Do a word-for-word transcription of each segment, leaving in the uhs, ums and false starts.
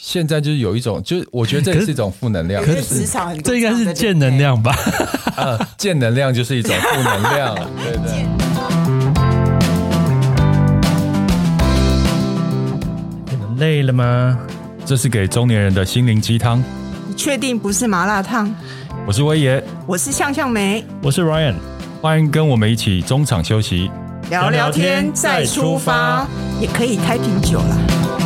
现在就是有一种，就是我觉得这也是一种负能量， 可是职场很多这应该是正能量吧？ 啊，正能量就是一种负能量，对不对？ 你们累了吗？ 这是给中年人的心灵鸡汤。 你确定不是麻辣烫？ 我是威爷， 我是向向梅， 我是 Ryan， 欢迎跟我们一起中场休息， 聊聊天再出发，也可以开瓶酒啦。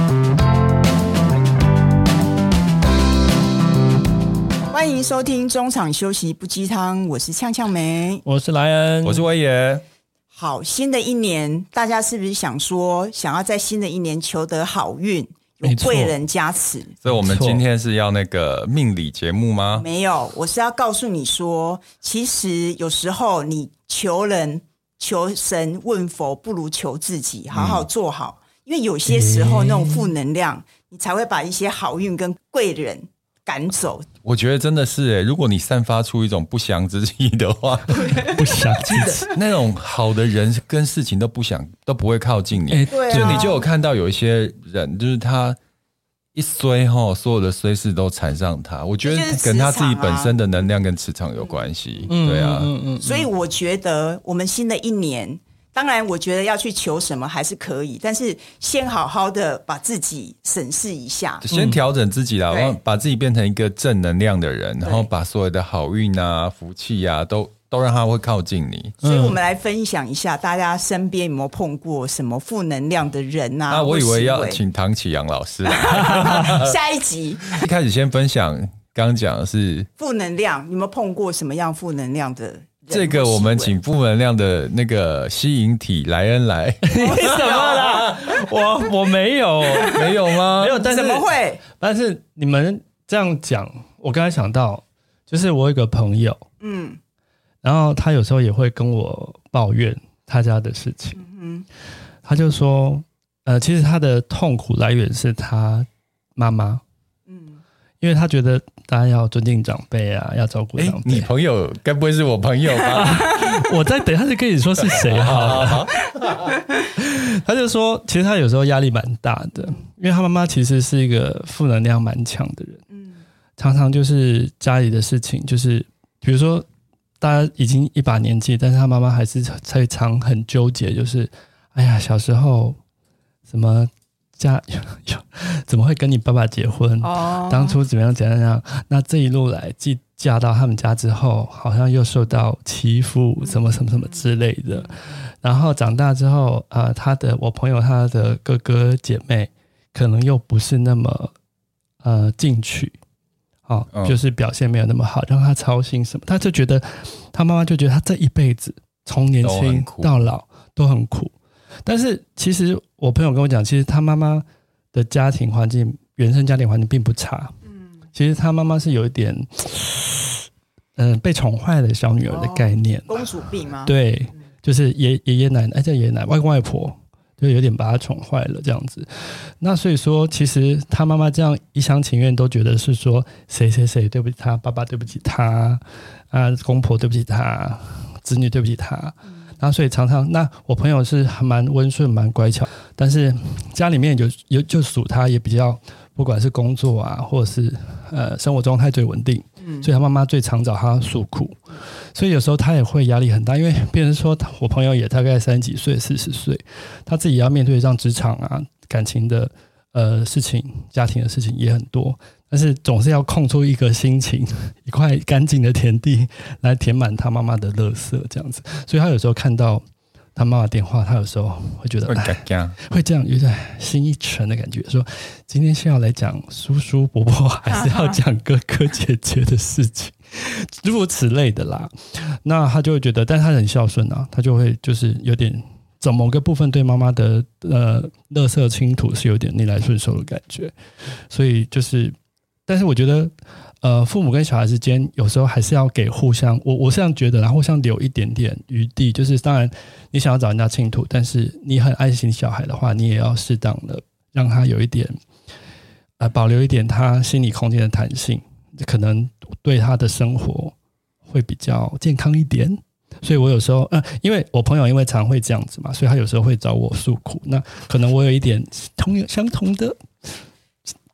欢迎收听中场休息不鸡汤，我是呛呛梅， 我是莱恩， 我是威爷。 好，新的一年大家是不是想说想要在新的一年求得好运，有贵人加持？ 所以我们今天是要那个命理节目吗？ 没有，我是要告诉你说，其实有时候你求人求神问佛不如求自己，好好做好、嗯、因为有些时候那种负能量、欸、你才会把一些好运跟贵人赶走。 我觉得真的是耶，如果你散发出一种不祥之气的话， 不祥之气， 那种好的人跟事情都不想都不会靠近你、欸对啊、 就你就有看到有一些人，就是他一衰齁，所有的衰事都缠上他。我觉得跟他自己本身的能量跟磁场有关系、嗯、对啊、嗯嗯嗯、 所以我觉得我们新的一年，当然我觉得要去求什么还是可以，但是先好好的把自己审视一下， 先调整自己啦、嗯、把自己变成一个正能量的人，然后把所有的好运啊福气啊都都让他会靠近你。 所以我们来分享一下大家身边有没有碰过什么负能量的人啊。 啊我以为要请唐启阳老师下一集一开始先分享刚刚讲的是负能量，你有没有碰过什么样负能量的人？ 这个我们请负能量的那个吸引体莱恩来。 为什么啦？我我没有没有吗？ 没有，但是怎么会？ 但是你们这样讲，我刚才想到，就是我有一个朋友，嗯，然后他有时候也会跟我抱怨他家的事情，嗯哼，他就说，呃，其实他的痛苦来源是他妈妈，嗯，因为他觉得大家要尊敬长辈啊，要照顾长辈。 你朋友该不会是我朋友吧？ 我再等一下就跟你说是谁好了。他就说，其实他有时候压力蛮大的，因为他妈妈其实是一个负能量蛮强的人，嗯，常常就是家里的事情，就是比如说大家已经一把年纪，但是他妈妈还是常常很纠结，就是哎呀，小时候什么。家怎么会跟你爸爸结婚、哦、当初怎么样怎样怎样，那这一路来既嫁到他们家之后好像又受到欺负什么什么什么之类的，然后长大之后、呃、他的我朋友他的哥哥姐妹可能又不是那么呃进取、哦嗯、就是表现没有那么好，让他操心什么，他就觉得他妈妈就觉得他这一辈子从年轻到老都很苦。但是其实我朋友跟我讲，其实他妈妈的家庭环境原生家庭环境并不差，嗯，其实他妈妈是有一点嗯、呃、被宠坏的小女儿的概念、哦、 公主病吗？ 对、嗯、就是爷爷爷奶奶叫爷爷奶奶外公外婆就有点把他宠坏了这样子。那所以说其实他妈妈这样一厢情愿都觉得是说谁谁谁对不起他，爸爸对不起他啊，公婆对不起他，子女对不起他，嗯，然后所以常常，那我朋友是蛮温顺蛮乖巧，但是家里面有有就属他也比较，不管是工作啊或者是呃生活状态最稳定，嗯，所以他妈妈最常找他诉苦，所以有时候他也会压力很大，因为别人说我朋友也大概三十几岁四十岁，他自己要面对上职场啊感情的呃事情，家庭的事情也很多，但是总是要空出一个心情一块干净的田地来填满他妈妈的垃圾这样子，所以他有时候看到他妈妈电话，他有时候会觉得会会这样有点心一沉的感觉，说今天是要来讲叔叔伯伯还是要讲哥哥姐姐的事情诸如此类的啦。那他就会觉得，但是他很孝顺啊，他就会就是有点从某个部分对妈妈的呃垃圾倾吐是有点逆来顺受的感觉，所以就是但是我觉得呃，父母跟小孩之间有时候还是要给互相，我我是这样觉得啦，互相留一点点余地，就是当然你想要找人家倾吐，但是你很爱惜小孩的话，你也要适当的让他有一点呃，保留一点他心理空间的弹性，可能对他的生活会比较健康一点。所以我有时候呃，因为我朋友因为常会这样子嘛，所以他有时候会找我诉苦，那可能我有一点同相同的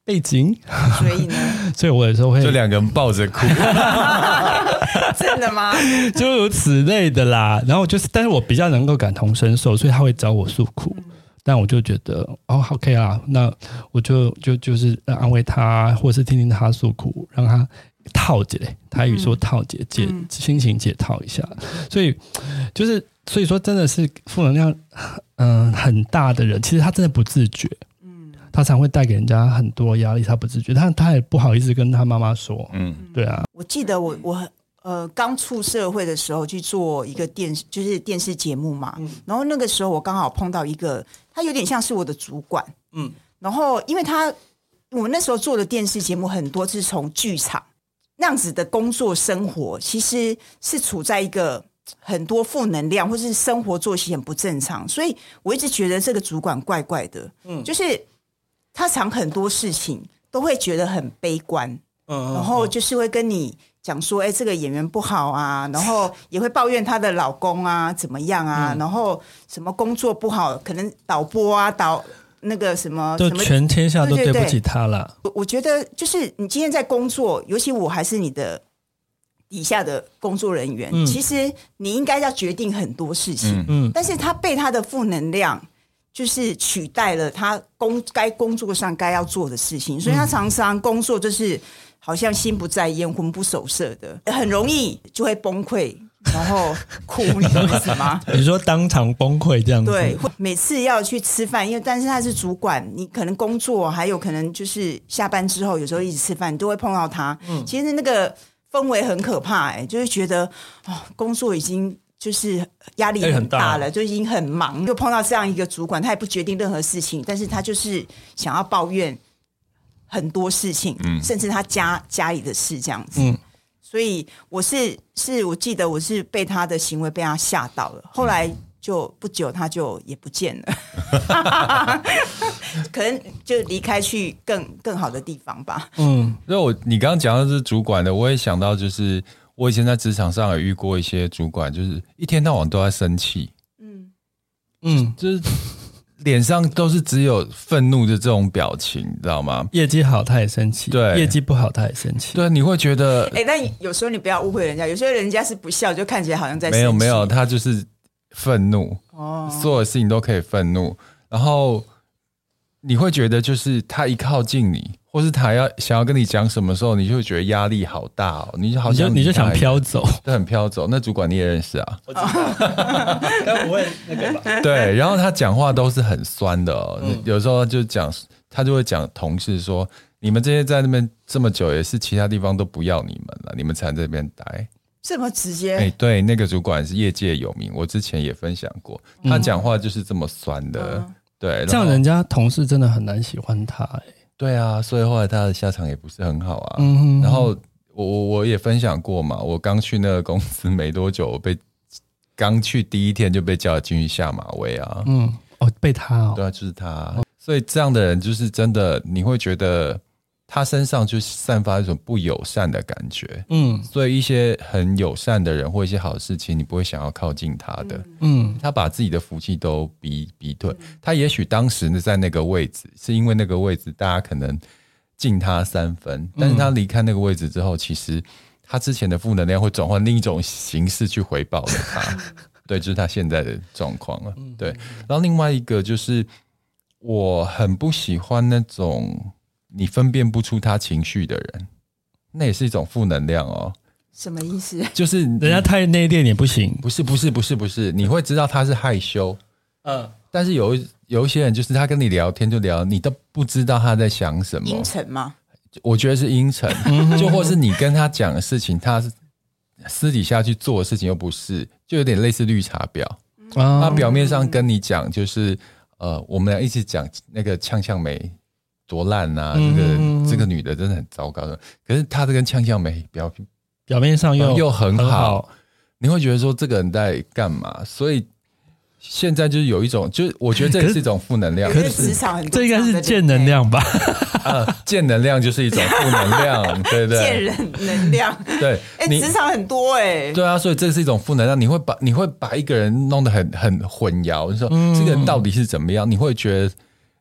背景， 所以呢， 所以我有时候会就两个人抱着哭， 真的吗？ 诸如此类的啦。然后就是，但是我比较能够感同身受，所以他会找我诉苦。嗯，但我就觉得哦 ，OK 啦，那我就就就是安慰他，或者是听听他诉苦，让他套解，台语说套解，解、嗯、心情解套一下。所以就是所以说，真的是负能量嗯、呃、很大的人，其实他真的不自觉，嗯，他常会带给人家很多压力，他不自觉，他他也不好意思跟他妈妈说，嗯，对啊。 我记得我我。呃，刚出社会的时候去做一个电视，就是电视节目嘛。嗯、然后那个时候我刚好碰到一个，他有点像是我的主管。嗯。然后因为他，我那时候做的电视节目很多是从剧场那样子的工作生活，其实是处在一个很多负能量，或是生活作息很不正常，所以我一直觉得这个主管怪怪的。嗯。就是他常很多事情都会觉得很悲观。嗯。然后就是会跟你讲说，哎，这个演员不好啊，然后也会抱怨她的老公啊怎么样啊，嗯、然后什么工作不好，可能导播啊导那个什么， 就全天下都对不起他了。 我我觉得就是你今天在工作，尤其我还是你的底下的工作人员，嗯、其实你应该要决定很多事情，嗯，但是他被他的负能量就是取代了他工该工作上该要做的事情，所以他常常工作就是好像心不在焉魂不守舍的，很容易就会崩溃然后哭，你懂意思吗？ 你说当场崩溃这样子？ 对，每次要去吃饭，因为但是他是主管，你可能工作还有可能就是下班之后有时候一起吃饭你都会碰到他，嗯，其实那个氛围很可怕，欸，就是觉得哦，工作已经就是压力很大了，就已经很忙，就碰到这样一个主管，他也不决定任何事情，但是他就是想要抱怨很多事情，嗯，甚至他家家里的事这样子，嗯，所以我是是我记得我是被他的行为被他吓到了，后来就不久他就也不见了可能就离开去更更好的地方吧。 嗯，所以我你刚刚讲到是主管的，我也想到就是我以前在职场上也遇过一些主管，就是一天到晚都在生气，嗯嗯，就是脸上都是只有愤怒的这种表情，你知道吗？ 业绩好他也生气，对，业绩不好他也生气， 对，你会觉得， 哎、欸，但有时候你不要误会人家，有时候人家是不笑，就看起来好像在生气， 没有没有，他就是愤怒，哦，所有事情都可以愤怒，然后你会觉得就是他一靠近你，或是他要想要跟你讲什么时候，你就会觉得压力好大哦，你就好像你, 就你就想飘走， 对，很飘走。那主管你也认识啊？ 我知道，但不会那个吧？ 对，然后他讲话都是很酸的哦，嗯、有时候就讲，他就会讲同事说，你们这些在那边这么久，也是其他地方都不要你们了，你们才在这边待。 这么直接？ 哎，对，那个主管是业界有名，我之前也分享过，他讲话就是这么酸的。嗯对， 这样人家同事真的很难喜欢他，欸， 对啊，所以后来他的下场也不是很好啊。嗯哼哼，然后我我我也分享过嘛，我刚去那个公司没多久，我被刚去第一天就被叫进去下马威啊。 嗯，哦，被他哦， 对啊，就是他。哦，所以这样的人就是真的，你会觉得他身上就散发一种不友善的感觉。嗯，所以一些很友善的人或一些好事情，你不会想要靠近他的。嗯，他把自己的福气都逼逼退。他也许当时在那个位置，是因为那个位置大家可能敬他三分，但是他离开那个位置之后，其实他之前的负能量会转换另一种形式去回报了他。对，就是他现在的状况了。对，然后另外一个就是我很不喜欢那种你分辨不出他情绪的人，那也是一种负能量哦。 什么意思？ 就是人家太内敛也不行。 不是不是不是不是，你会知道他是害羞，嗯，但是有有一些人就是他跟你聊天就聊，你都不知道他在想什么。 阴沉吗？ 我觉得是阴沉，就或是你跟他讲的事情，他私底下去做的事情又不是，就有点类似绿茶婊。嗯，他表面上跟你讲就是呃，我们俩一起讲那个呛呛梅多烂啊！这个、嗯、这个女的真的很糟糕的。可是她这跟呛呛梅表表面上又又很好， 很好， 你会觉得说这个人在干嘛？所以现在就是有一种，就是我觉得这也是一种负能量。 可是职场很多这应该是正能量吧？ 啊，正能量就是一种负能量，对不对？ 贱人能量， 对， 哎、欸，职场很多哎、欸， 对啊，所以这是一种负能量。你会把你会把一个人弄得很很混淆，你说、嗯、这个人到底是怎么样？你会觉得。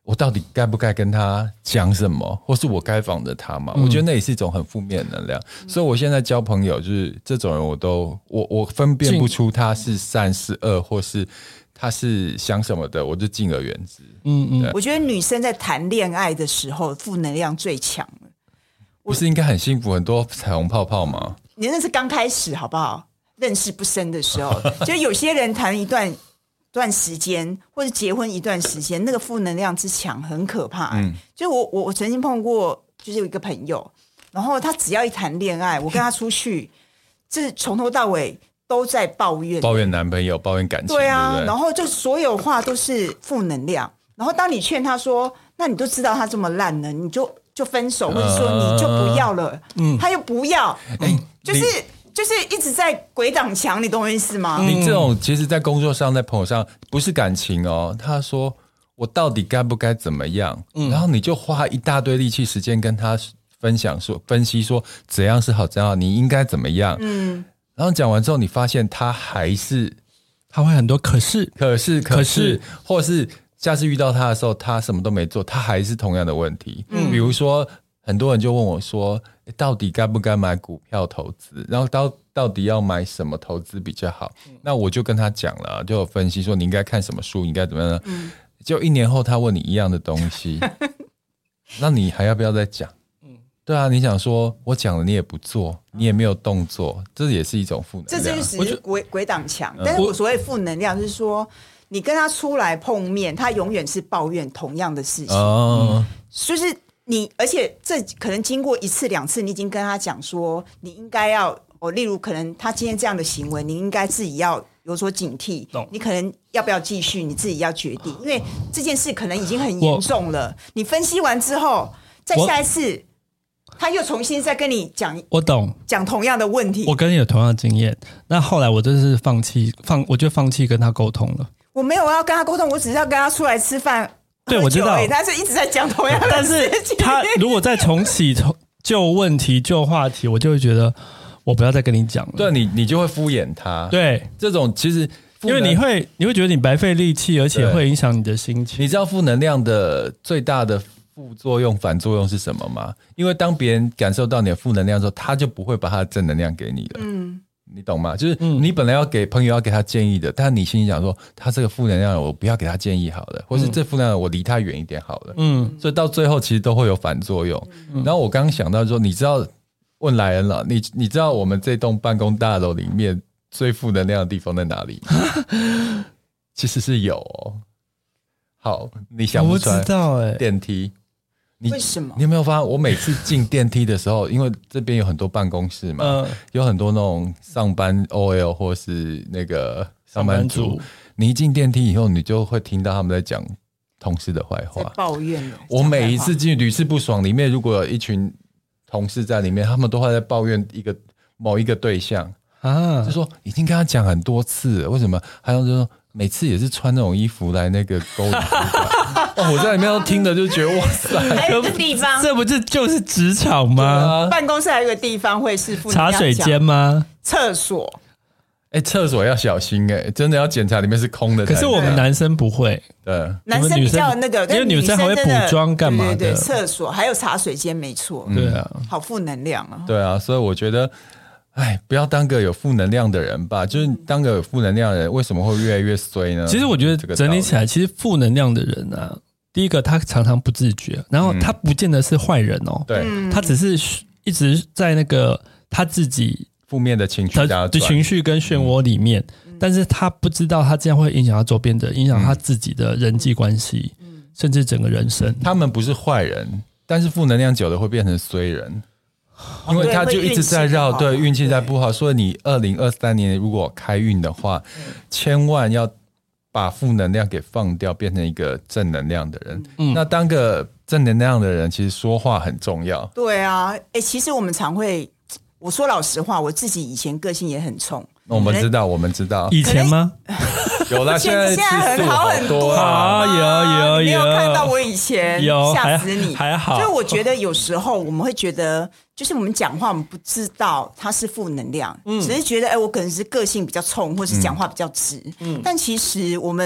我到底该不该跟他讲什么，或是我该防着他吗、嗯、我觉得那也是一种很负面的能量、嗯、所以我现在交朋友就是这种人我都我我分辨不出他是善是恶，或是他是想什么的，我就敬而远之。 嗯嗯，我觉得女生在谈恋爱的时候负能量最强了， 不是应该很幸福，很多彩虹泡泡吗？ 你那是刚开始好不好？认识不深的时候就有些人谈一段段时间或者结婚一段时间，那个负能量之强很可怕、欸嗯、就我我我曾经碰过，就是有一个朋友，然后他只要一谈恋爱，我跟他出去这从头到尾都在抱怨抱怨男朋友，抱怨感情， 对啊， 对不对？ 然后就所有话都是负能量，然后当你劝他说那你都知道他这么烂了，你就就分手，或者说你就不要了、嗯、他又不要、嗯、就是就是一直在鬼挡墙，你懂我意思吗？ 你这种其实在工作上在朋友上不是感情哦，他说我到底该不该怎么样、嗯、然后你就花一大堆力气时间跟他分享说分析说怎样是好怎样好，你应该怎么样，嗯，然后讲完之后你发现他还是他会很多可是可是可是或是下次遇到他的时候他什么都没做，他还是同样的问题、嗯、比如说很多人就问我说到底该不该买股票投资，然后到到底要买什么投资比较好、嗯、那我就跟他讲了，就有分析说你应该看什么书，你应该怎么样、嗯、就一年后他问你一样的东西那你还要不要再讲、嗯、对啊，你想说我讲了你也不做，你也没有动作，这也是一种负能量， 这就是鬼鬼挡墙、嗯、但是我所谓负能量就是说你跟他出来碰面，他永远是抱怨同样的事情、哦嗯、就是你，而且这可能经过一次两次，你已经跟他讲说，你应该要，哦，例如可能他今天这样的行为，你应该自己要有所警惕，你可能要不要继续，你自己要决定，因为这件事可能已经很严重了。你分析完之后，再下一次，他又重新再跟你讲， 我懂， 讲同样的问题。 我跟你有同样的经验，那后来我就是放弃，放，我就放弃跟他沟通了。 我没有要跟他沟通，我只是要跟他出来吃饭。 对，我知道， 他是一直在讲同样的事情。 但是他如果再重启旧问题、旧话题，我就会觉得我不要再跟你讲了。 对，你你就会敷衍他。 对， 这种其实因为你会你会觉得你白费力气，而且会影响你的心情。 你知道负能量的最大的副作用、反作用是什么吗？因为当别人感受到你的负能量的时候，他就不会把他的正能量给你了。嗯。你懂吗？就是你本来要给朋友要给他建议的，但你心里想说他这个负能量我不要给他建议好了，或是这负能量我离他远一点好了。嗯，所以到最后其实都会有反作用。嗯、然后我刚刚想到说，你知道问莱恩了，你你知道我们这栋办公大楼里面最负能量的地方在哪里吗？其实是有哦。好，你想不出来？ 我不知道哎、欸， 电梯。 为什么？ 你有没有发现，我每次进电梯的时候，因为这边有很多办公室嘛，呃、有很多那种上班 O L 或是那个上班族，班族你一进电梯以后，你就会听到他们在讲同事的坏话， 在抱怨。 我每一次进去屡试不爽，里面如果有一群同事在里面，他们都会在抱怨一个某一个对象啊，就说已经跟他讲很多次了，为什么？还有就说。每次也是穿那种衣服来那个勾引哦，我在里面都听的就觉得哇塞， 还有一个地方， 这不是就是职场吗？ 啊、办公室还有一个地方会是负能量茶水间吗？ 厕所。 哎、欸，厕所要小心哎、欸，真的要检查里面是空的。 可是我们男生不会， 对， 男生比较那个， 因为女生还会补妆干嘛的？ 对对对，厕所还有茶水间，没错。 嗯、对啊， 好负能量啊。 对啊，所以我觉得。哎，不要当个有负能量的人吧，就是当个有负能量的人为什么会越来越衰呢？ 其实我觉得整理起来，其实负能量的人啊，第一个他常常不自觉，然后他不见得是坏人哦， 对、 嗯，他只是一直在那个他自己负面的情绪的情绪跟漩涡里面、嗯，但是他不知道他这样会影响到周边的人，影响他自己的人际关系、嗯，甚至整个人生。 他们不是坏人，但是负能量久了会变成衰人。因为他就一直在绕，对，运气在不好，所以你二零二三年如果开运的话，千万要把负能量给放掉，变成一个正能量的人。嗯，那当个正能量的人，其实说话很重要。 对啊，哎，其实我们常会，我说老实话，我自己以前个性也很冲。 我们知道，我们知道， 以前吗？ 有啦，现在现在很好很多啊，有有有， 没有看到我以前有吓死你， 还好。 所以我觉得有时候我们会觉得，就是我们讲话我们不知道它是负能量，嗯，只是觉得哎，我可能是个性比较冲，或是讲话比较直，嗯，但其实我们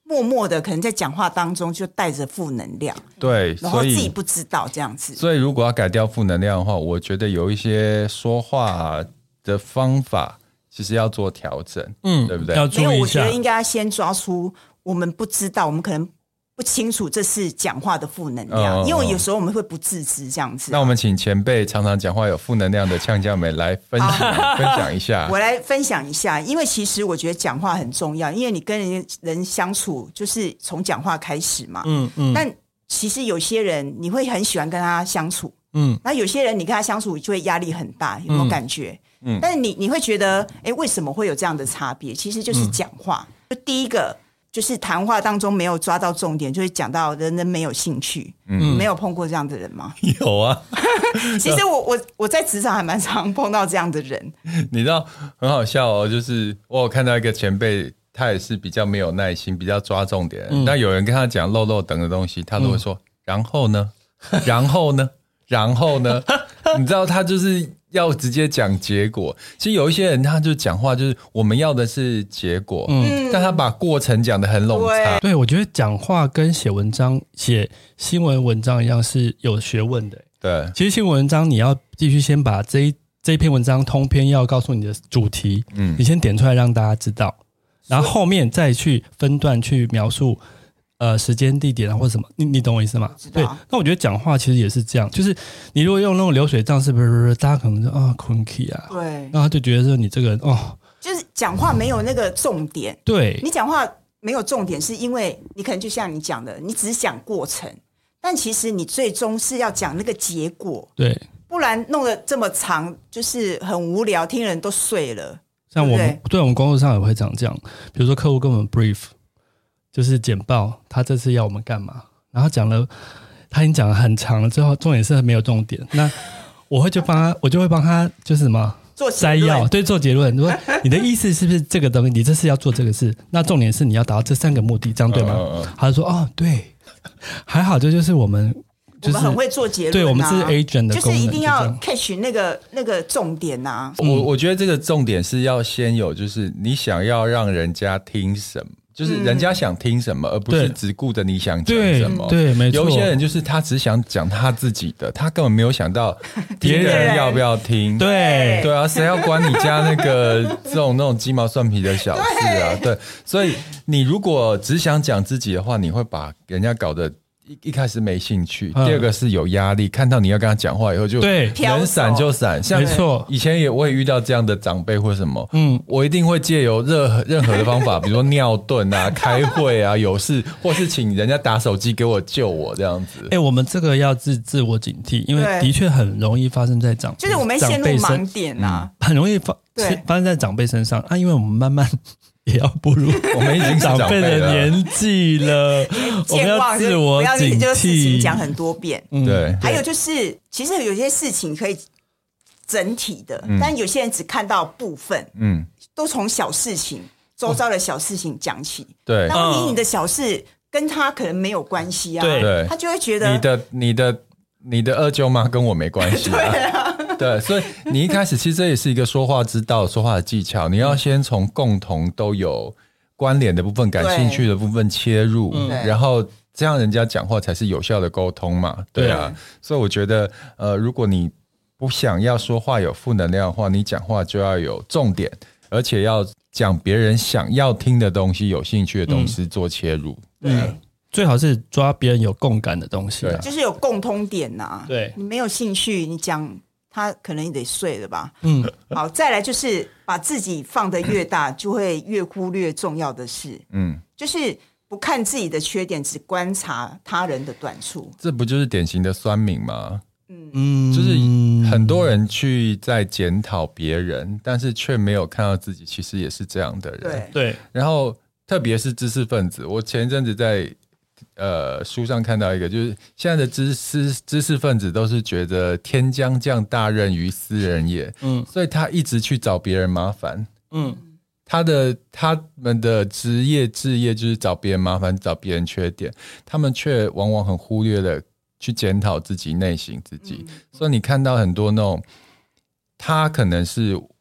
默默的可能在讲话当中就带着负能量， 对， 然后自己不知道这样子。 所以如果要改掉负能量的话，我觉得有一些说话的方法其实要做调整，嗯，对不对？ 要注意一下。 没有，我觉得应该先抓出我们不知道，我们可能不清楚这是讲话的负能量，哦、因为有时候我们会不自知这样子、啊。 那我们请前辈常常讲话有负能量的呛酱梅来分享分享一下。 我来分享一下，因为其实我觉得讲话很重要，因为你跟人人相处就是从讲话开始嘛。嗯嗯。但其实有些人你会很喜欢跟他相处，嗯，那有些人你跟他相处就会压力很大，有没有感觉？嗯。但是你你会觉得，哎，为什么会有这样的差别？其实就是讲话，嗯、就第一个。就是谈话当中没有抓到重点，就会讲到人人没有兴趣。嗯，没有碰过这样的人吗？ 有啊。 其实我我我在职场还蛮常碰到这样的人。 你知道很好笑哦，就是我有看到一个前辈，他也是比较没有耐心，比较抓重点。那、嗯、有人跟他讲漏漏等的东西，他都会说、嗯、然后呢，然后呢，然后呢，你知道他就是要直接讲结果。其实有一些人他就讲话就是我们要的是结果，嗯，但他把过程讲得很冗长。 对，我觉得讲话跟写文章、写新闻文章一样是有学问的。 对， 其实新闻文章你要必须先把这一这一篇文章通篇要告诉你的主题，嗯，你先点出来让大家知道，然后后面再去分段去描述。呃，时间、地点啊，或者什么，你你懂我意思吗？对，那我觉得讲话其实也是这样，就是你如果用那种流水账式，不是不是，大家可能就啊困气啊， 对， 然后他就觉得说你这个人哦， 就是讲话没有那个重点。 对， 你讲话没有重点，是因为你可能就像你讲的，你只讲过程，但其实你最终是要讲那个结果。 对， 不然弄得这么长，就是很无聊，听人都睡了。 像我们对, 对我们工作上也会讲这样，比如说客户跟我们 brief。就是简报，他这次要我们干嘛？然后讲了，他已经讲了很长了，最后重点是没有重点。那我会就帮他，我就会帮他，就是什么做摘要，对，做结论。说你的意思是不是这个东西？你这次要做这个事，那重点是你要达到这三个目的，这样对吗？嗯嗯他就说哦，对，还好，这就是我们。就是、 我们很会做结论、啊， 对，我们是 agent 的功能， 就是一定要 catch 那个那个重点啊。 我我觉得这个重点是要先有，就是你想要让人家听什么。就是人家想听什么，嗯、而不是只顾着你想讲什么。 对，对没错。 有一些人就是他只想讲他自己的，他根本没有想到别人要不要听。 对对啊，谁要管你家那个这种那种鸡毛蒜皮的小事啊？对，对所以你如果只想讲自己的话，你会把人家搞得。一, 一开始没兴趣，第二个是有压力，看到你要跟他讲话以后就能闪就闪，像没错， 以前也我也遇到这样的长辈或什么，嗯，我一定会借由任何任何的方法，比如说尿遁啊、开会啊、有事，或是请人家打手机给我救我这样子。 哎、欸，我们这个要自自我警惕，因为的确很容易发生在长辈， 就是我们陷入盲点啊， 嗯、很容易发发生在长辈身上啊，因为我们慢慢。也要步入我们已经长辈的年纪了，我们要自我警惕， 不要这个事情讲很多遍。 嗯、对， 还有就是，其实有些事情可以整体的，嗯、但有些人只看到部分，嗯，都从小事情、周遭的小事情讲起。 对， 那问题你的小事跟他可能没有关系啊， 对， 他就会觉得你的、你的、你的二舅妈跟我没关系、啊。对啊。对，所以你一开始其实这也是一个说话之道、说话的技巧。你要先从共同都有关联的部分、感兴趣的部分切入，然后这样人家讲话才是有效的沟通嘛。对啊，所以我觉得，呃，如果你不想要说话有负能量的话，你讲话就要有重点，而且要讲别人想要听的东西、有兴趣的东西做切入。 对。嗯最好是抓别人有共感的东西、啊， 就是有共通点呐、啊。 对， 你没有兴趣，你讲他可能你得睡了吧。嗯，好，再来就是把自己放得越大，就会越忽略重要的事。嗯，就是不看自己的缺点，只观察他人的短处。 这不就是典型的酸民吗？嗯，就是很多人去在检讨别人，但是却没有看到自己其实也是这样的人。 对， 对。 然后特别是知识分子，我前一阵子在。呃，书上看到一个，就是现在的知识知识分子都是觉得天将降大任于斯人也，嗯，所以他一直去找别人麻烦，嗯，他的他们的职业志业就是找别人麻烦，找别人缺点，他们却往往很忽略了去检讨自己内心自己，嗯、所以你看到很多那种，他可能是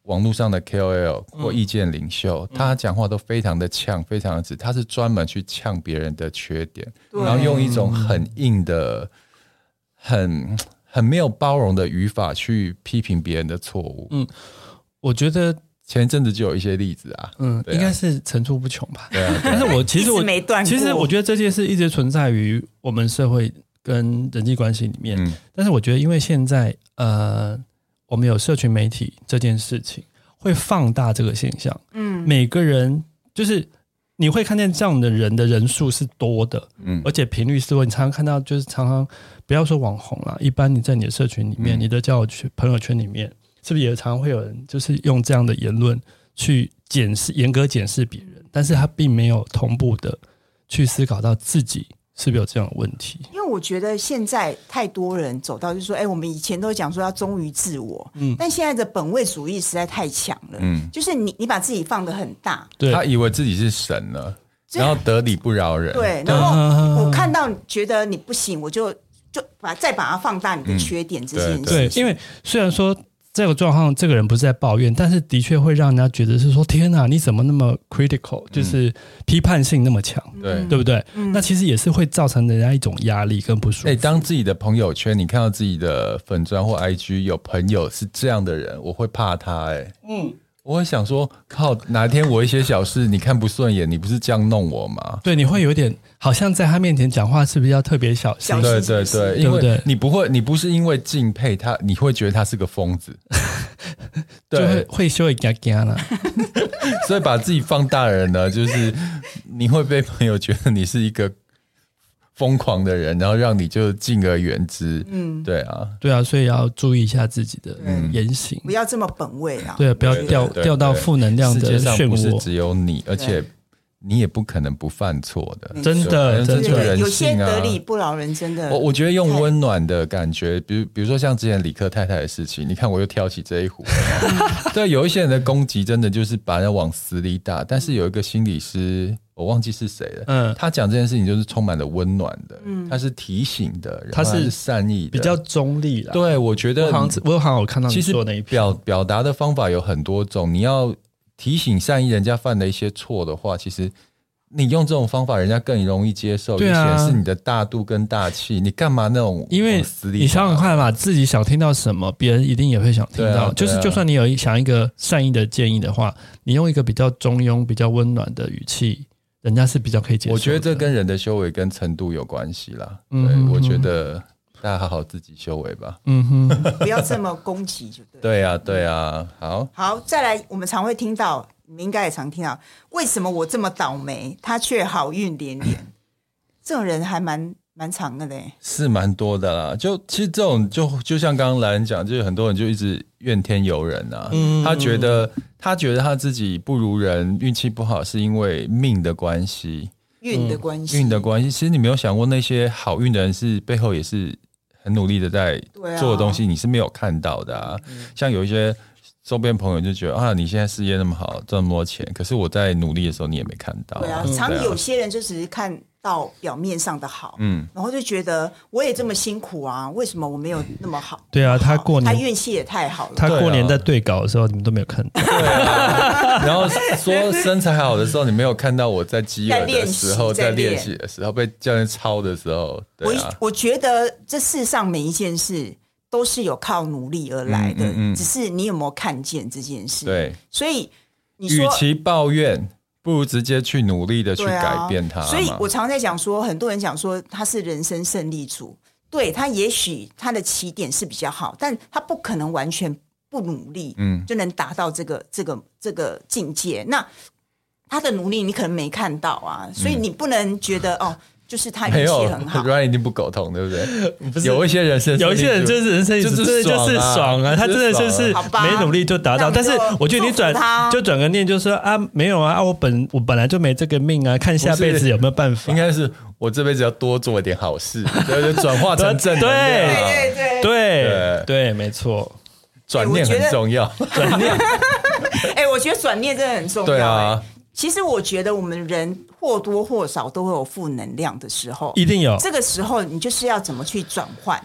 网络上的 K O L 或意见领袖，嗯、他讲话都非常的呛，非常的直，他是专门去呛别人的缺点，然后用一种很硬的、很很没有包容的语法去批评别人的错误。 嗯，我觉得前一阵子就有一些例子啊， 嗯，啊、应该是层出不穷吧。 对啊， 但是我其实我没断过， 其实我觉得这件事一直存在于我们社会跟人际关系里面。嗯、但是我觉得，因为现在呃，我们有社群媒体这件事情，会放大这个现象。嗯，每个人就是你会看见这样的人的人数是多的，嗯，而且频率是多。你常常看到，就是常常不要说网红啦，一般你在你的社群里面，嗯、你的交友圈、朋友圈里面，是不是也常常会有人就是用这样的言论去检视、严格检视别人，但是他并没有同步的去思考到自己是不是有这样的问题？ 因为我觉得现在太多人走到就是说，哎、欸，我们以前都讲说要忠于自我，嗯，但现在的本位主义实在太强了，嗯，就是你你把自己放得很大， 对，他以为自己是神了，然后得理不饶人， 对，然后我看到觉得你不行，我就就把再把它放大你的缺点这件事情，嗯、 对, 对，因为虽然说。这个状况，这个人不是在抱怨，但是的确会让人家觉得是说：天哪，你怎么那么 critical，、嗯、就是批判性那么强，对对不对、嗯？那其实也是会造成人家一种压力跟不舒服。 欸、当自己的朋友圈，你看到自己的粉专或 I G 有朋友是这样的人，我会怕他、欸。哎，嗯。我会想说，靠，哪一天我一些小事你看不顺眼，你不是这样弄我吗？ 对，你会有点好像在他面前讲话，是不是要特别小心？ 对对对，因为你不会，你不是因为敬佩他，你会觉得他是个疯子， 对，就会会羞一嘎嘎了。 所以把自己放大的人呢，就是你会被朋友觉得你是一个疯狂的人，然后让你就敬而远之。嗯，对啊， 对啊，所以要注意一下自己的言行， 不要这么本位啊。 对，不要掉掉到负能量的漩涡。世界上不是只有你，而且你也不可能不犯错的。 真的，真的， 有些得理不饶人，真的。 我我觉得用温暖的感觉，比如比如说像之前理科太太的事情，你看我又挑起这一壶。对，有一些人的攻击真的就是把人往死里打，但是有一个心理师。我忘记是谁了，嗯，他讲这件事情就是充满了温暖的，嗯，他是提醒的，他是善意的， 比较中立啦。 对，我觉得我好像我好像有看到你说那一篇， 表表达的方法有很多种，你要提醒善意人家犯的一些错的话，其实你用这种方法，人家更容易接受，对啊，显示你的大度跟大气。你干嘛那种？ 因为你想想看嘛，自己想听到什么，别人一定也会想听到。啊啊、就是就算你有想一个善意的建议的话，你用一个比较中庸、比较温暖的语气。人家是比较可以接受的。 我觉得这跟人的修为跟程度有关系啦。嗯、对，我觉得大家好好自己修为吧。 嗯哼，不要这么攻击就对。 对啊，对啊，好。 好，再来，我们常会听到，你们应该也常听到，为什么我这么倒霉，他却好运连连？这种人还蛮蛮长的嘞， 是蛮多的啦。就其实这种就就像刚刚来人讲，就是很多人就一直怨天尤人啊。嗯，他觉得他觉得他自己不如人，运气不好是因为命的关系， 运的关系， 运的关系。其实你没有想过，那些好运的人是背后也是很努力的在做的东西，你是没有看到的啊。嗯、像有一些周边朋友就觉得啊，你现在事业那么好，赚那么多钱，可是我在努力的时候你也没看到。 对啊，常有些人就只是看到表面上的好，嗯，然后就觉得我也这么辛苦啊，为什么我没有那么好？ 对啊，他过年他运气也太好了。 他过年在对稿的时候，你们都没有看到。 对啊，然后说身材好的时候，你没有看到我在饥饿的时候，在练习的时候，被教练操的时候。对啊， 我我觉得这世上每一件事都是有靠努力而来的，嗯嗯嗯，只是你有没有看见这件事？ 对， 所以你说， 与其抱怨，不如直接去努力的去改变它。 啊、所以我常在讲说，很多人讲说他是人生胜利组，对，他也许他的起点是比较好，但他不可能完全不努力，嗯，就能达到这个这个这个境界。那他的努力你可能没看到啊，所以你不能觉得、嗯、哦。就是他运气很好 ，Ryan 一定不苟同，对不对？不是有一些人是， 有一些人就是人生就是就是爽啊，他真的就是没努力就达到。但是我觉得你转就转个念，就说啊，没有啊，啊，我本我本来就没这个命啊，看下辈子有没有办法。 应该是我这辈子要多做一点好事，对，转化成正能量。 对对对对，没错， 转念很重要。 转念， 哎，我觉得转念真的很重要。 对啊。 其实我觉得我们人或多或少都会有负能量的时候， 一定有。 这个时候你就是要怎么去转换？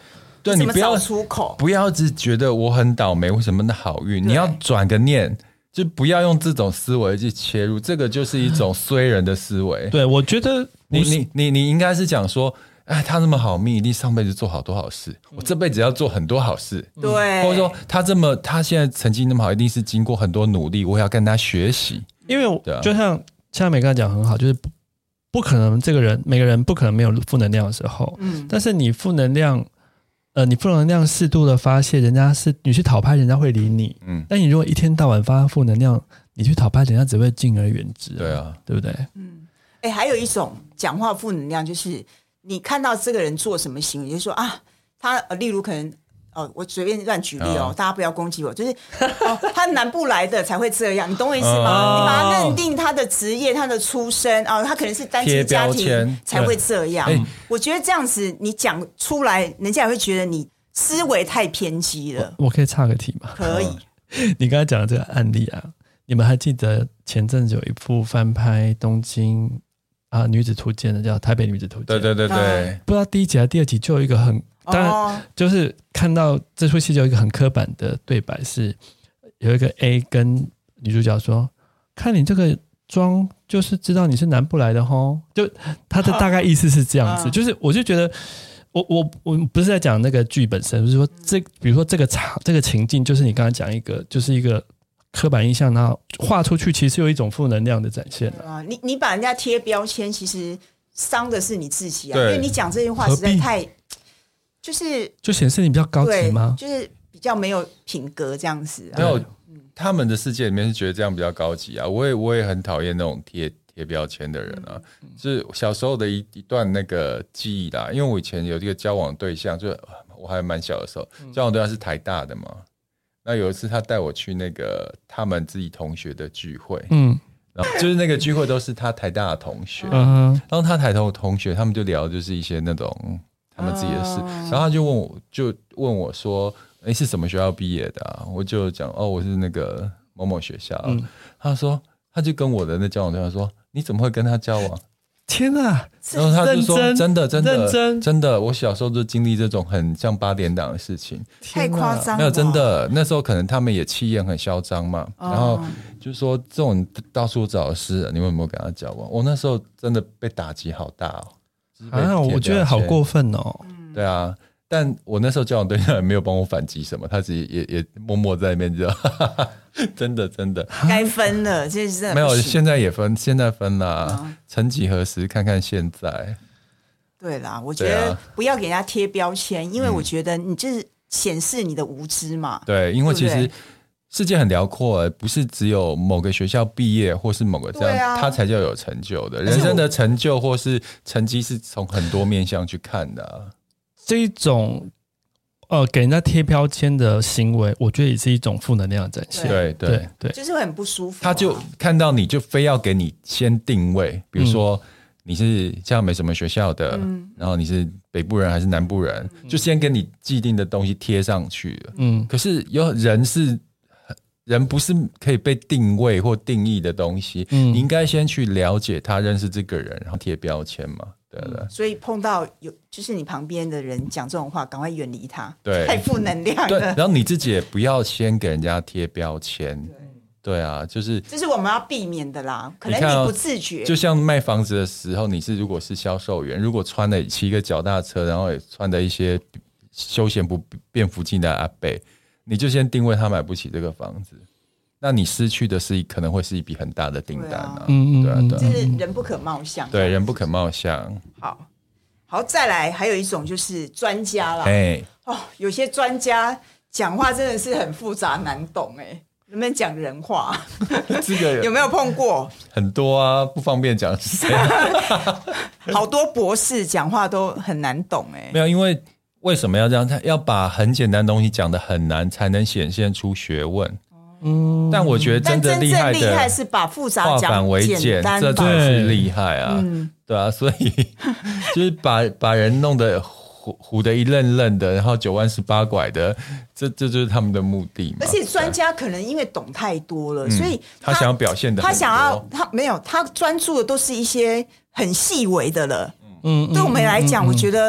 对，你不要出口， 不要只觉得我很倒霉，为什么那好运？你要转个念，就不要用这种思维去切入，这个就是一种衰人的思维。 对，我觉得你你你你应该是讲说，哎，他那么好命，一定上辈子做好多好事，我这辈子要做很多好事。 对， 或者说他这么他现在成绩那么好，一定是经过很多努力，我要跟他学习。 因为就像像美刚才讲很好，就是不不可能这个人每个人不可能没有负能量的时候，嗯，但是你负能量，呃，你负能量适度的发泄，人家是你去讨拍，人家会理你，嗯，但你如果一天到晚发负能量，你去讨拍，人家只会敬而远之， 对啊， 对不对？ 嗯，哎，还有一种讲话负能量，就是你看到这个人做什么行为，就说啊，他例如可能。哦，我随便乱举例哦，哦大家不要攻击我。就是哦，他南部来的才会这样，你懂我意思吗？哦、你把他认定他的职业、他的出身哦，他可能是单亲家庭才会这样。我觉得这样子你讲出来，人家也会觉得你思维太偏激了。 我, 我可以岔个题吗？ 可以。 你刚才讲的这个案例啊，你们还记得前阵子有一部翻拍东京啊女子图鉴的，叫《台北女子图鉴》。 对对对对， 不知道第一集还是第二集就有一个很。当然，就是看到这出戏就有一个很刻板的对白，是有一个 A 跟女主角说：“看你这个妆，就是知道你是南部来的吼。”就他的大概意思是这样子，就是我就觉得，我我我不是在讲那个剧本身，就是说这比如说这个场这个情境，就是你刚才讲一个，就是一个刻板印象，然后画出去，其实有一种负能量的展现啊。你你把人家贴标签，其实伤的是你自己啊，因为你讲这句话实在太。就是就显示你比较高级吗？ 就是比较没有品格这样子、啊。 没有，他们的世界里面是觉得这样比较高级啊。我也我也很讨厌那种贴贴标签的人啊。嗯、就是小时候的一一段那个记忆啦，因为我以前有这个交往对象，就我还蛮小的时候，交往对象是台大的嘛。那有一次他带我去那个他们自己同学的聚会，嗯，然后就是那个聚会都是他台大的同学，嗯，然后他台大的同学他们就聊就是一些那种。他们自己的事，然后他就问我，就问我说：“哎，是什么学校毕业的啊？”我就讲：“哦，我是那个某某学校。嗯”他说，他就跟我的那交往对象说：“你怎么会跟他交往？” 天啊！ 然后他就说：“真的，真的， 认真真的，我小时候就经历这种很像八点档的事情， 太夸张了。 没有真的，那时候可能他们也气焰很嚣张嘛，哦、然后就说这种到处找的诗人，你们有没有跟他交往？我那时候真的被打击好大哦。” 啊，我觉得好过分哦。 对啊，但我那时候交往对象也没有帮我反击什么，他自己也也默默在那边就，真的真的该分了，这是没有，现在也分，现在分啦。曾几何时，看看现在。 对啦，我觉得不要给人家贴标签，因为我觉得你就是显示你的无知嘛。 对，因为其实。世界很辽阔，不是只有某个学校毕业或是某个这样，他、啊、才叫有成就的。人生的成就或是成绩是从很多面向去看的、啊。 这一种呃给人家贴标签的行为，我觉得也是一种负能量的展现。 对对 对, 对，就是会很不舒服、啊。 他就看到你就非要给你先定位，比如说你是像没什么学校的，嗯、然后你是北部人还是南部人，嗯、就先给你既定的东西贴上去了。嗯，可是有人是。人不是可以被定位或定义的东西，嗯、你应该先去了解他，认识这个人，然后贴标签嘛，对不对、嗯？ 所以碰到有就是你旁边的人讲这种话，赶快远离他， 对， 太负能量了。 对，然后你自己也不要先给人家贴标签，对，对啊，就是这是我们要避免的啦。可能你不自觉， 就像卖房子的时候，你是如果是销售员，如果穿的骑一个脚踏车，然后也穿的一些休闲不便附近的阿伯。你就先定位他买不起这个房子，那你失去的是可能会是一笔很大的订单啊， 嗯对啊，对啊， 就是人不可貌相， 对，人不可貌相。 好，好，再来还有一种就是专家啦， 哎， 哦，有些专家讲话真的是很复杂难懂，哎，能不能讲人话？ 这个有没有碰过？ 很多啊，不方便讲是谁。 好多博士讲话都很难懂，哎， 没有，因为。为什么要这样？他要把很简单的东西讲得很难，才能显现出学问。嗯，但我觉得真的厉害的， 真正厉害是把复杂讲简单， 这才是厉害啊！嗯、对啊，所以就是把把人弄得唬唬得一愣愣的，然后九弯十八拐的，这这就是他们的目的嘛。 而且专家可能因为懂太多了，嗯、所以他, 他想要表现的， 他想要他没有，他专注的都是一些很细微的了。嗯，对我们来讲，嗯、我觉得。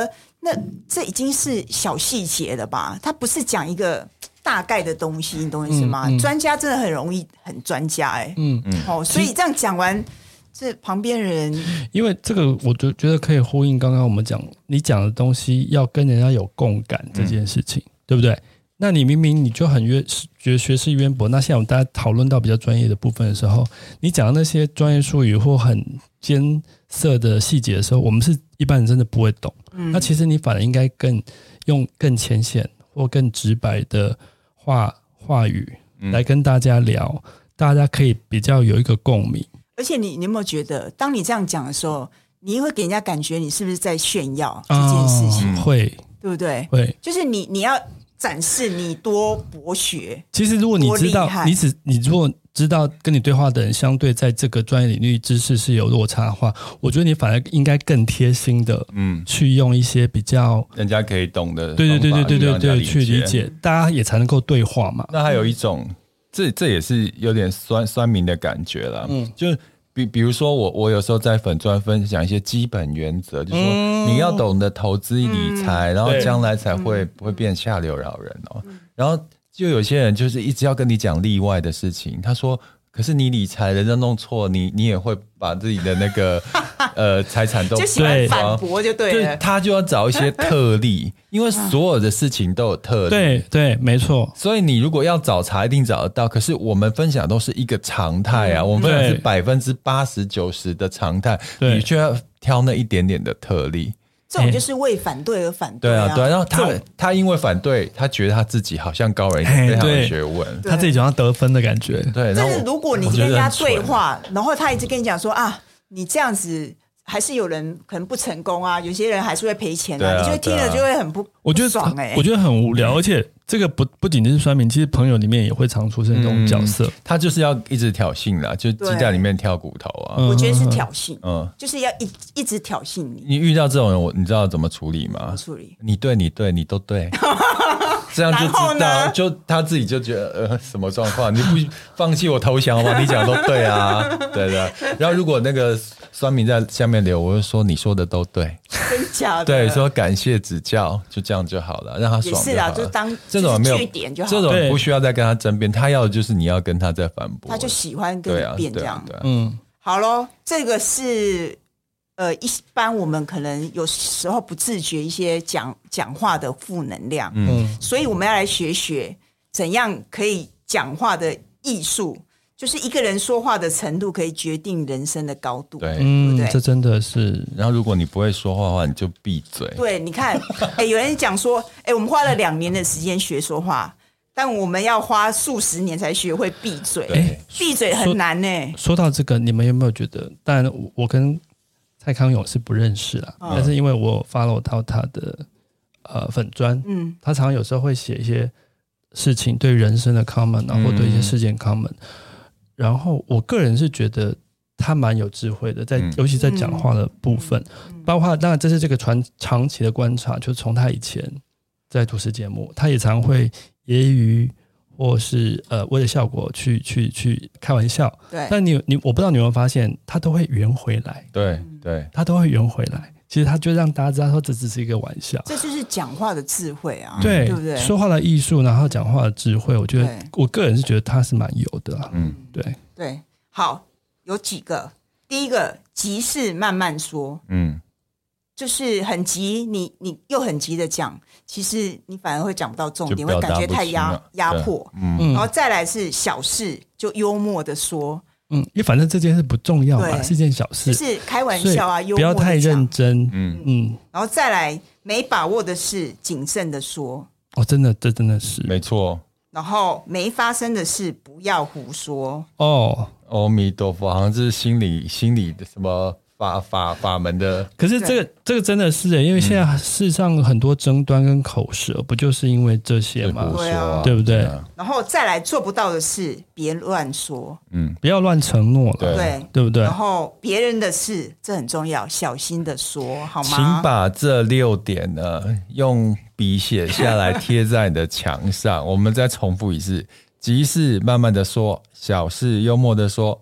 那这已经是小细节了吧？他不是讲一个大概的东西，你懂我意思吗？嗯嗯、专家真的很容易很专家哎、欸，嗯嗯，哦，所以这样讲完，这旁边人， 因为这个我就觉得可以呼应刚刚我们讲，你讲的东西要跟人家有共感这件事情，嗯、对不对？那你明明你就很约觉得学识渊博，那现在我们大家讨论到比较专业的部分的时候，你讲的那些专业术语或很艰涩的细节的时候，我们是一般人真的不会懂。嗯、那其实你反而应该更用更浅显或更直白的话话语来跟大家聊，嗯、大家可以比较有一个共鸣。 而且你你有没有觉得，当你这样讲的时候，你会给人家感觉你是不是在炫耀这件事情？ 哦、会， 对不对？ 会， 就是你你要展示你多博学。 其实如果你知道，你只你如果知道跟你对话的人相对在这个专业领域知识是有落差的话，我觉得你反而应该更贴心的，嗯，去用一些比较人家可以懂的， 对对对对对对对，去理解，大家也才能够对话嘛。 那还有一种，这这也是有点酸酸民的感觉啦，嗯，就是比比如说我我有时候在粉专分享一些基本原则，就是说你要懂得投资理财，嗯、然后将来才会不会变下流老人哦，嗯、然后。就有些人就是一直要跟你讲例外的事情，他说可是你理财人家弄错，你你也会把自己的那个呃财产都就喜欢反驳就对了， 就他就要找一些特例，因为所有的事情都有特例， 对对，没错。 所以你如果要找茬，一定找得到。可是我们分享都是一个常态啊，嗯、我们分享是百分之八十九十的常态，你却要挑那一点点的特例。 这种就是为反对而反对啊！对啊，对啊。然后他他因为反对，他觉得他自己好像高人一点，非常有学问， 他自己好像得分的感觉。 对， 但是如果你跟人家对话，然后他一直跟你讲说啊，你这样子还是有人可能不成功啊，有些人还是会赔钱啊，啊你就听了就会很不我觉得爽哎、欸， 我觉得很无聊，而且这个不不仅仅是酸民，其实朋友里面也会常出现这种角色，嗯、 他就是要一直挑衅啦，就鸡蛋里面挑骨头啊。 我觉得是挑衅，嗯，就是要一一直挑衅你。 你遇到这种人，我你知道怎么处理吗？ 怎么处理？ 你对你对你都对。这样就知道，就他自己就觉得呃什么状况？你不放弃我投降吗？你讲都对啊，对的。然后如果那个酸民在下面留，我就说你说的都对， 真假的？ 对，说感谢指教，就这样就好了，让他爽就好了。 也是啦，就当这种没有据点就好， 这种不需要再跟他争辩，他要的就是你要跟他再反驳， 他就喜欢跟你辩这样。 对啊对啊对啊、 嗯， 好咯，这个是。呃，一般我们可能有时候不自觉一些讲讲话的负能量，嗯，所以我们要来学学怎样可以讲话的艺术，就是一个人说话的程度可以决定人生的高度， 对， 嗯，对，这真的是。 然后如果你不会说话的话，你就闭嘴。 对，你看，哎，有人讲说，哎，我们花了两年的时间学说话，但我们要花数十年才学会闭嘴，闭嘴很难呢、欸。 说到这个，你们有没有觉得？当然，我跟蔡康永是不认识啦，嗯、但是因为我 follow 到他的呃粉专，嗯，他常常有时候会写一些事情对人生的 comment 啊，或对一些事件 comment，、嗯、然后我个人是觉得他蛮有智慧的，在、嗯、尤其在讲话的部分，嗯、包括当然这是这个传长期的观察，就从他以前在主持节目，他也常会揶揄。或是呃为了效果去去去开玩笑， 对， 但你你我不知道你有没有发现，他都会圆回来， 对对， 他都会圆回来。其实他就让大家知道说这只是一个玩笑， 这就是讲话的智慧啊， 对， 对不对？ 说话的艺术，然后讲话的智慧，我觉得我个人是觉得他是蛮有的、啊，嗯，对对。好，有几个，第一个急事慢慢说，嗯。就是很急，你你又很急的讲，其实你反而会讲不到重点，会感觉太压压迫。嗯，然后再来是小事，就幽默的说， 嗯，因为反正这件事不重要嘛，是件小事， 就是开玩笑啊，幽默的讲， 不要太认真。嗯嗯，然后再来没把握的事，谨慎的说。 哦，真的，这真的是没错。 然后没发生的事，不要胡说。 哦， 阿弥陀佛，好像是心理心理的什么。法法法门的， 可是这个这个真的是、欸、因为现在世上很多争端跟口舌，不就是因为这些吗？ 对啊， 对不对？ 然后再来做不到的事，别乱说， 嗯，不要乱承诺了， 对对不对？ 然后别人的事，这很重要，小心的说，好吗？ 请把这六点呢用笔写下来，贴在你的墙上。我们再重复一次：急事慢慢的说，小事幽默的说。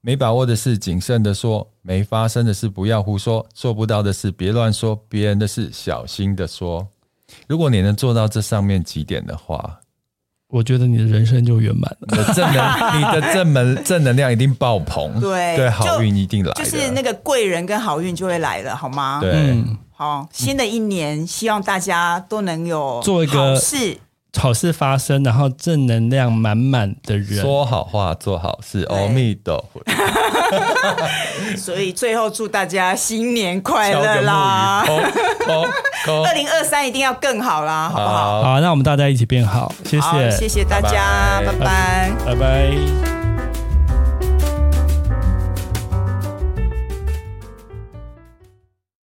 没把握的事谨慎的说，没发生的事不要胡说，做不到的事别乱说，别人的事小心的说。如果你能做到这上面几点的话， 我觉得你的人生就圆满了。 你的正能，你的正能正能量一定爆棚， 对对，好运一定来的， 就是那个贵人跟好运就会来了，好吗？ 对， 嗯、 好，新的一年希望大家都能有做一个好事。 好事发生，然后正能量满满的人， 说好话做好事，阿弥陀佛。 所以最后祝大家新年快乐啦！二零二三一定要更好啦，好不好？ 好，那我们大家一起变好，谢谢， 谢谢大家，拜拜， 拜拜。